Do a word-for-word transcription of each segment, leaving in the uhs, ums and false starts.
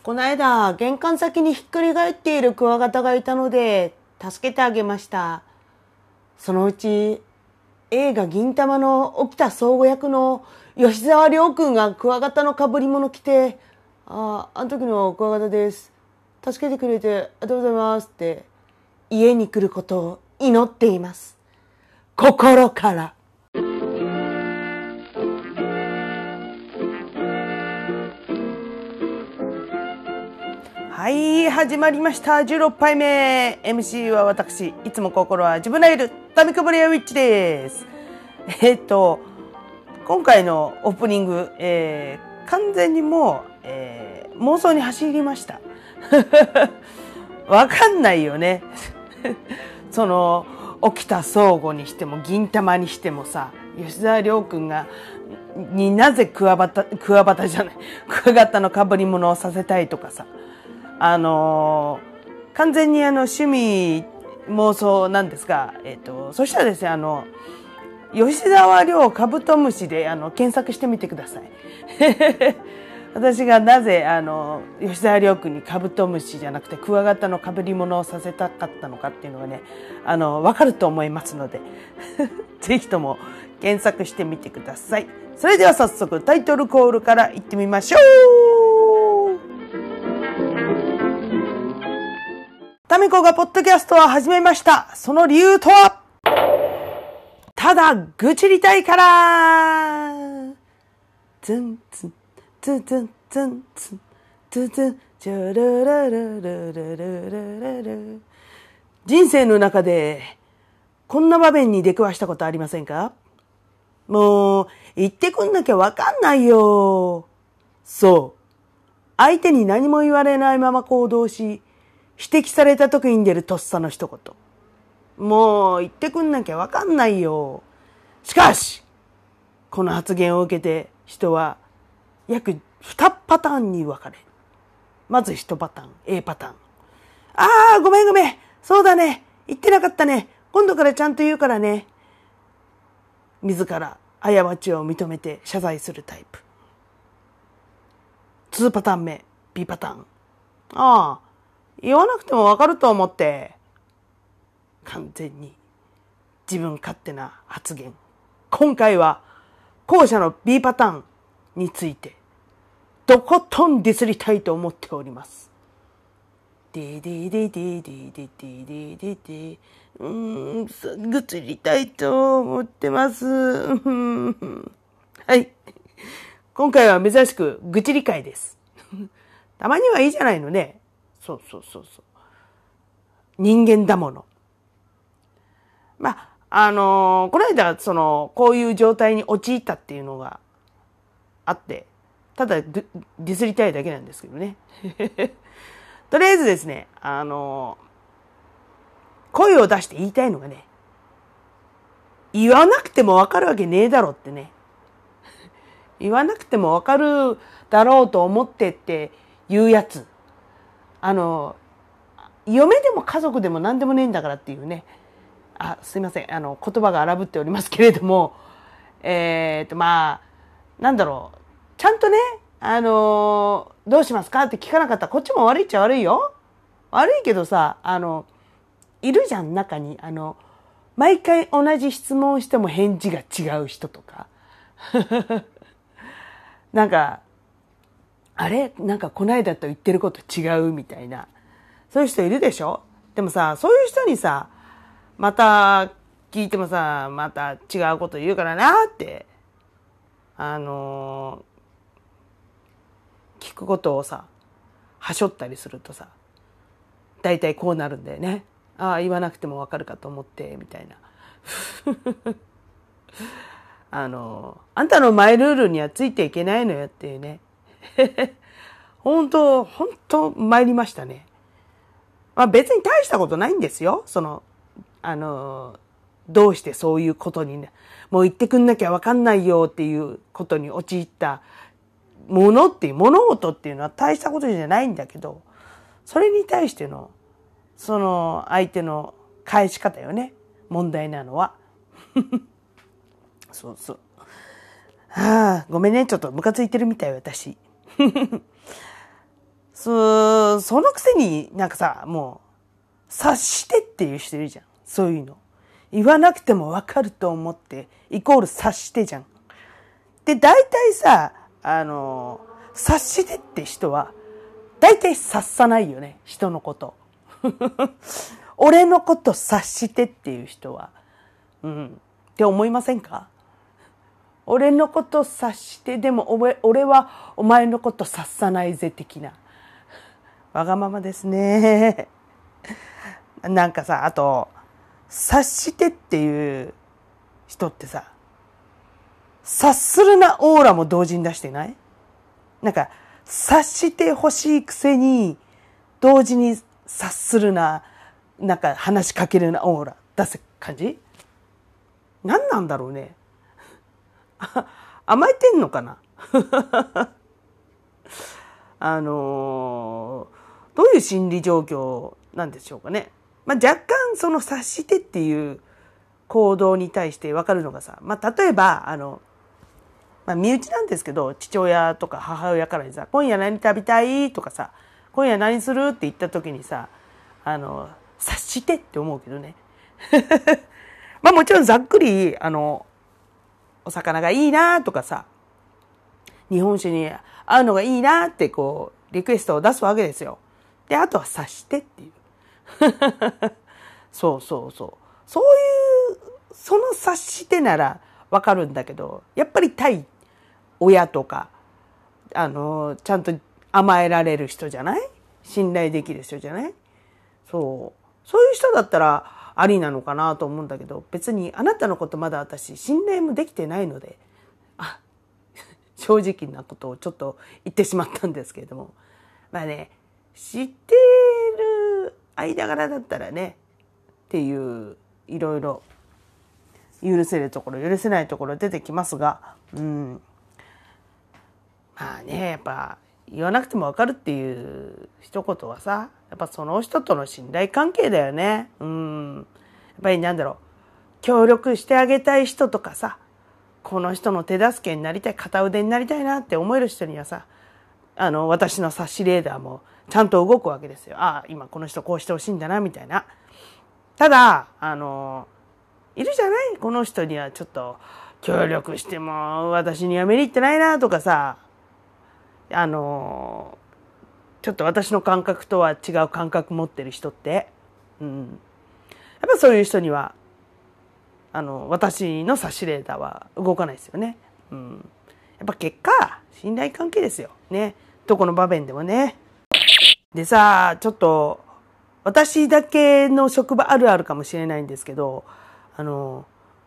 この間、玄関先にひっくり返っているクワガタがいたので、助けてあげました。そのうち、映画銀魂の沖田総合役の吉沢亮君がクワガタの被り物着て、ああ、あの時のクワガタです。助けてくれてありがとうございますって、家に来ることを祈っています。心から。はい、始まりました。じゅうろっぱいめ。エムシー は私、いつも心は自分らいる、タミコブレアウィッチです。えっと、今回のオープニング、えー、完全にもう、えー、妄想に走りました。わかんないよね。その、沖田総合にしても、銀魂にしてもさ、吉沢亮君が、になぜクワバタ、クワバタじゃない、クワガタの被り物をさせたいとかさ、あのー、完全にあの趣味妄想なんですが、えっと、そしたらですね、あの、吉沢亮カブトムシであの検索してみてください。私がなぜあの吉沢亮君にカブトムシじゃなくてクワガタの被り物をさせたかったのかっていうのがね、あの、わかると思いますので、ぜひとも検索してみてください。それでは早速タイトルコールからいってみましょう。タミコがポッドキャストを始めました。その理由とは、ただ愚痴りたいから。ズンズンズンズンズンズンズンズンジャラララララララララ。人生の中でこんな場面に出くわしたことありませんか？もう言ってくんなきゃわかんないよ。そう。相手に何も言われないまま行動し、指摘された時に出るとっさの一言。もう言ってくんなきゃわかんないよ。しかし、この発言を受けて人は約にパターンに分かれる。まずいちパターン、A パターン。ああ、ごめんごめん。そうだね。言ってなかったね。今度からちゃんと言うからね。自ら過ちを認めて謝罪するタイプ。にパターン目、B パターン。ああ、言わなくてもわかると思って、完全に自分勝手な発言。今回は後者の B パターンについてとことんディスりたいと思っております。ででででででででででうーん、愚痴りたいと思ってます。はい。今回は珍しく愚痴り会です。たまにはいいじゃないのね。そうそうそうそう。人間だもの。まあ、あのー、この間、その、こういう状態に陥ったっていうのがあって、ただディスりたいだけなんですけどね。とりあえずですね、あのー、声を出して言いたいのがね、言わなくてもわかるわけねえだろってね。言わなくてもわかるだろうと思ってって言うやつ。あの、嫁でも家族でも何でもねえんだからっていうね。あ、すいません。あの、言葉が荒ぶっておりますけれども、えーと、まあ、なんだろう。ちゃんとね、あの、どうしますかって聞かなかったら、こっちも悪いっちゃ悪いよ。悪いけどさ、あの、いるじゃん、中に。あの、毎回同じ質問しても返事が違う人とか。なんか、あれなんかこの間と言ってること違うみたいな。そういう人いるでしょ？でもさ、そういう人にさ、また聞いてもさ、また違うこと言うからなって、あのー、聞くことをさ、はしょったりするとさ、だいたいこうなるんだよね。ああ、言わなくてもわかるかと思って、みたいな。あのー、あんたのマイルールにはついていけないのよっていうね。本当、本当参りましたね。まあ別に大したことないんですよ。その、あの、どうしてそういうことにね、もう言ってくんなきゃわかんないよっていうことに陥ったものっていう、物事っていうのは大したことじゃないんだけど、それに対しての、その相手の返し方よね。問題なのは。そうそう。はあ、ごめんね。ちょっとムカついてるみたい、私。 そ、そのくせになんかさ、もう、察してっていう人いるじゃん。そういうの。言わなくてもわかると思って、イコール察してじゃん。で、大体さ、あの、察してって人は、大体察さないよね。人のこと。俺のこと察してっていう人は。うん。って思いませんか？俺のこと察して、でも俺はお前のこと察さないぜ的な。わがままですね。なんかさ、あと、察してっていう人ってさ、察するなオーラも同時に出してない？なんか、察してほしいくせに、同時に察するな、なんか話しかけるなオーラ出す感じ？何なんだろうね。甘えてんのかな。あのー、どういう心理状況なんでしょうかね。まあ、若干その察してっていう行動に対して分かるのがさ、まあ、例えば、あの、まあ、身内なんですけど、父親とか母親からにさ、今夜何食べたいとかさ、今夜何するって言った時にさ、あの、察してって思うけどね。まあもちろんざっくり、あの、お魚がいいなとかさ、日本酒に合うのがいいなってこう、リクエストを出すわけですよ。で、あとは察してっていう。そうそうそう。そういう、その察してならわかるんだけど、やっぱり対親とか、あの、ちゃんと甘えられる人じゃない？信頼できる人じゃない？そう。そういう人だったらありなのかなと思うんだけど、別にあなたのことまだ私信頼もできてないので、あ、正直なことをちょっと言ってしまったんですけれども。まあね、知ってる間柄だったらね、っていう、いろいろ許せるところ、許せないところ出てきますが、うん。まあね、やっぱ言わなくてもわかるっていう一言はさ、やっぱその人との信頼関係だよね。うん。やっぱりなんだろう、協力してあげたい人とかさ、この人の手助けになりたい、片腕になりたいなって思える人にはさ、あの、私の察しレーダーもちゃんと動くわけですよ。ああ、今この人こうしてほしいんだな、みたいな。ただ、あの、いるじゃない？この人にはちょっと協力しても私にはメリットないなとかさ、あの、ちょっと私の感覚とは違う感覚持ってる人って、うん。やっぱそういう人には、あの、私の察しレーダーは動かないですよね。うん。やっぱ結果、信頼関係ですよ。ね。どこの場面でもね。でさ、ちょっと、私だけの職場あるあるかもしれないんですけど、あの、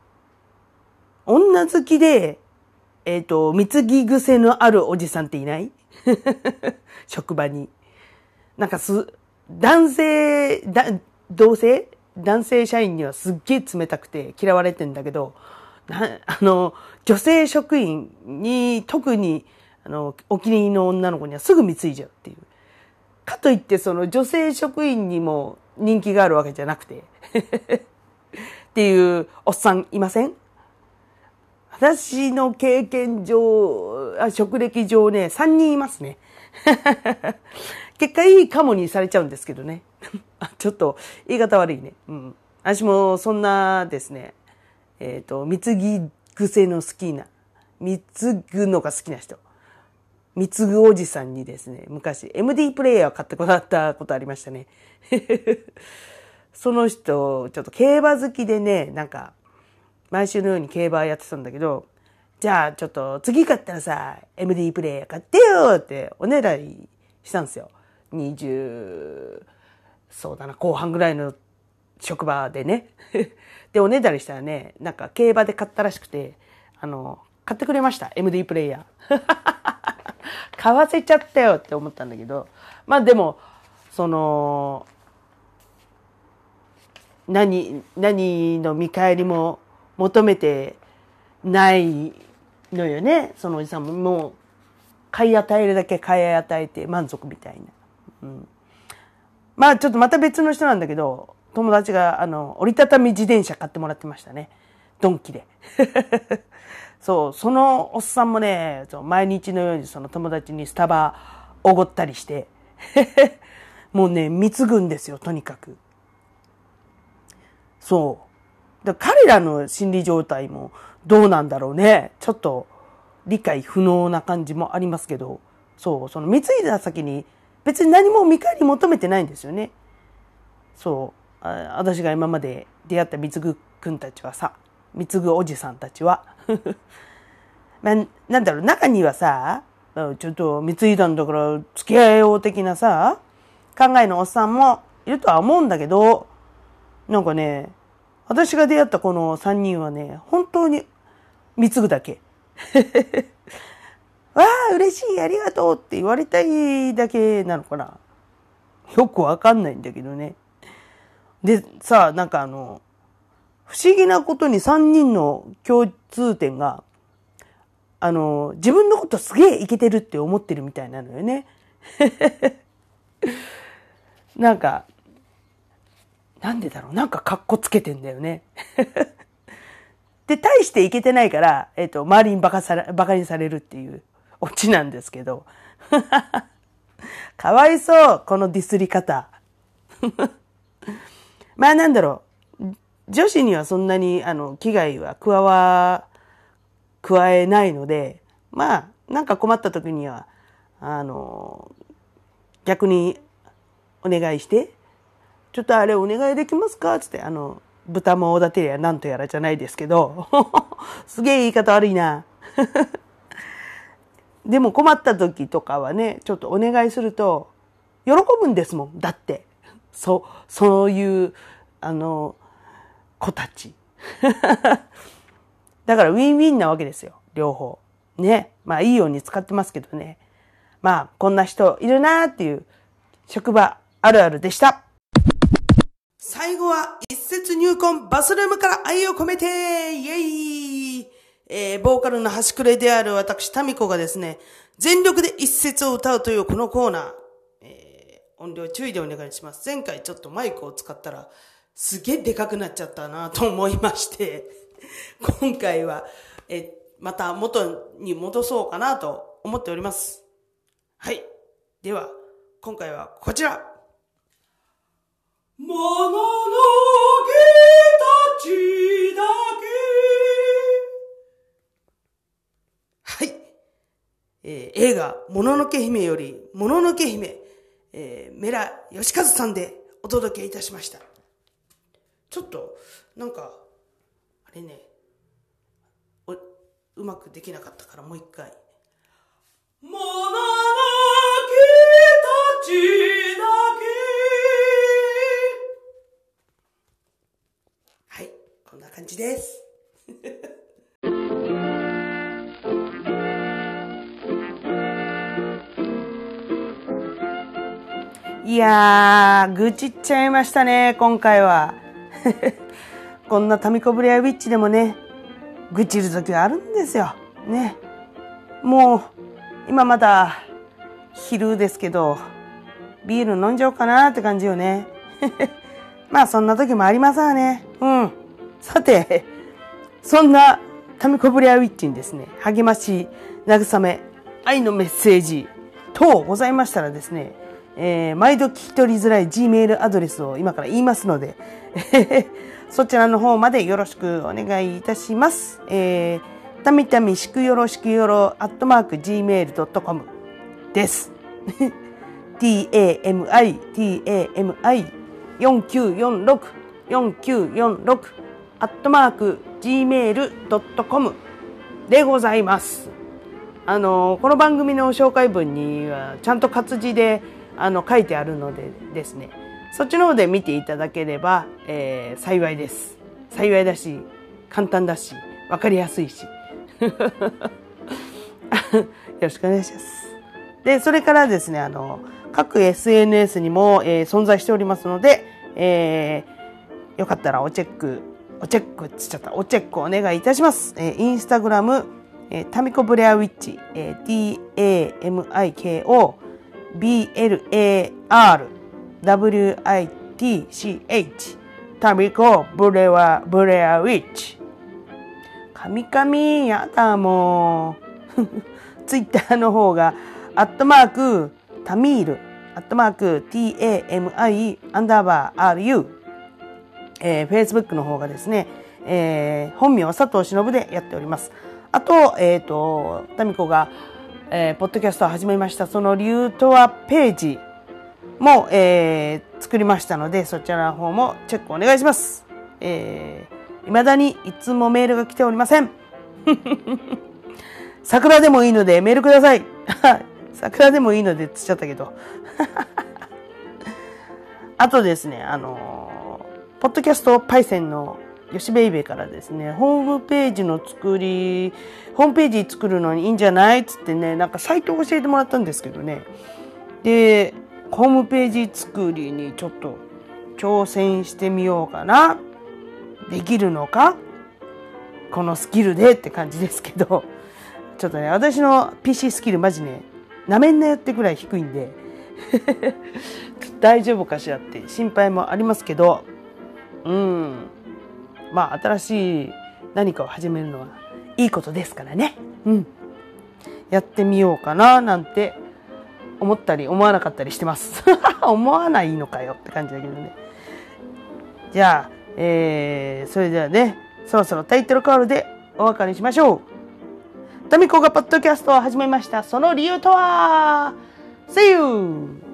女好きで、えっと、貢ぎ癖のあるおじさんっていない？職場に。なんかす、男性、だ、同性男性社員にはすっげえ冷たくて嫌われてんだけど、なあの、女性職員に特に、あの、お気に入りの女の子にはすぐ貢いじゃうっていう。かといってその女性職員にも人気があるわけじゃなくて。っていうおっさんいません？私の経験上、職歴上ね、さんにんいますね。結果いいカモにされちゃうんですけどね。ちょっと言い方悪いね。うん。私もそんなですね、えっと、貢ぎ癖の好きな、貢ぐのが好きな人。貢ぐおじさんにですね、昔 エムディー プレイヤーを買ってもらったことありましたね。その人、ちょっと競馬好きでね、なんか、毎週のように競馬やってたんだけど、じゃあちょっと次買ったらさ、エムディー プレイヤー買ってよっておねだりしたんですよ。にじゅう、そうだな、後半ぐらいの職場でね。で、おねだりしたらね、なんか競馬で買ったらしくて、あの、買ってくれました、エムディー プレイヤー。買わせちゃったよって思ったんだけど、まあでも、その、何、何の見返りも求めてないのよね。そのおじさんももう買い与えるだけ買い与えて満足みたいな。うん、まあちょっとまた別の人なんだけど、友達があの折りたたみ自転車買ってもらってましたね。ドンキで。そう、そのおっさんもね、毎日のようにその友達にスタバおごったりして、 もうね、貢ぐんですよ、とにかく。そう。だ彼らの心理状態もどうなんだろうね。ちょっと理解不能な感じもありますけど、そう、その貢いだ先に別に何も見返り求めてないんですよね。そう。あ私が今まで出会った貢くんたちはさ、貢ぐおじさんたちは。まあ、なんだろう、中にはさ、ちょっと貢いだんだから付き合いよう的なさ、考えのおっさんもいるとは思うんだけど、なんかね、私が出会ったこの三人はね、本当に貢ぐだけ。わあ、嬉しい、ありがとうって言われたいだけなのかな。よくわかんないんだけどね。で、さあ、なんかあの、不思議なことに三人の共通点が、あの、自分のことすげえイケてるって思ってるみたいなのよね。なんか、なんでだろう、なんかカッコつけてんだよね。で、大してイケてないから、えっと、周りにバカされ、バカにされるっていうオチなんですけど。かわいそう、このディスり方。まあなんだろう、女子にはそんなに、あの、危害は加わ、加えないので、まあ、なんか困った時には、あの、逆にお願いして、ちょっとあれお願いできますかつって、あの、豚もおだてりゃなんとやらじゃないですけど、すげえ言い方悪いな。でも困った時とかはね、ちょっとお願いすると、喜ぶんですもん。だって。そう、そういう、あの、子たち。だからウィンウィンなわけですよ。両方。ね。まあいいように使ってますけどね。まあこんな人いるなーっていう職場あるあるでした。最後は一節入魂バスルームから愛を込めてイエイえー、ボーカルの端くれである私、タミコがですね、全力で一節を歌うというこのコーナー、えー、音量注意でお願いします。前回ちょっとマイクを使ったら、すげえでかくなっちゃったなと思いまして、今回は、えー、また元に戻そうかなと思っております。はい。では、今回はこちら。もののけたちだけ。はい。えー、映画、もののけ姫より、もののけ姫、えー、メラヨシカズさんでお届けいたしました。ちょっと、なんか、あれね、おうまくできなかったからもう一回。もののけたちだけ。はい、こんな感じです。いやー、愚痴っちゃいましたね、今回は。こんなタミコブレアウィッチでもね、愚痴るときはあるんですよ。ね。もう、今まだ昼ですけど、ビール飲んじゃおうかなって感じよね。まあそんな時もありますわね。うん。さて、そんなタミコブレアウィッチにですね、励まし、慰め、愛のメッセージ等ございましたらですね、えー、毎度聞き取りづらい Gmail アドレスを今から言いますので、そちらの方までよろしくお願いいたします。えー、たみたみしくよろしくよろアットマーク ジーメールドットコム です。ティーエーエムアイ ティーエーエムアイ よんきゅうよんろく よんきゅうよんろく アットマーク ジーメールドットコム でございます。あのこの番組の紹介文にはちゃんと活字であの書いてあるのでですね、そっちの方で見ていただければ、えー、幸いです。幸いだし、簡単だし、わかりやすいし。よろしくお願いします。で、それからですね、あの、各 エスエヌエス にも、えー、存在しておりますので、えー、よかったらおチェック、おチェックって言っちゃった、おチェックお願いいたします。えー、インスタグラム、えー、タミコブレアウィッチ、えー、ティーエーエムアイケーオービーエルエーアールダブリューアイティーシーエイチ タミコブレアブレアウィッチ。カミカミやだもう。ツイッターの方がアットマークタミールアットマーク tami アンダーバー ru、えー、Facebook の方がですね、えー、本名は佐藤忍でやっております。あと、えっと、タミコが、えー、ポッドキャストを始めました、その理由とはページも、えー、作りましたので、そちらの方もチェックお願いします。えー、未だにいつもメールが来ておりません。桜でもいいのでメールください。桜でもいいのでつっちゃったけど。あとですね、あのー、ポッドキャストパイセンのよしベイベーからですね、ホームページの作り、ホームページ作るのにいいんじゃないっつってね、なんかサイトを教えてもらったんですけどね。で、ホームページ作りにちょっと挑戦してみようかな。できるのかこのスキルでって感じですけど、ちょっとね、私の ピーシー スキルマジね、なめんなよってくらい低いんで、大丈夫かしらって心配もありますけど、うん。まあ、新しい何かを始めるのはいいことですからね。うん。やってみようかななんて思ったり思わなかったりしてます。思わないのかよって感じだけどね。じゃあ、えー、それではね、そろそろタイトルコールでお別れにしましょう。タミコがポッドキャストを始めました。その理由とは See you!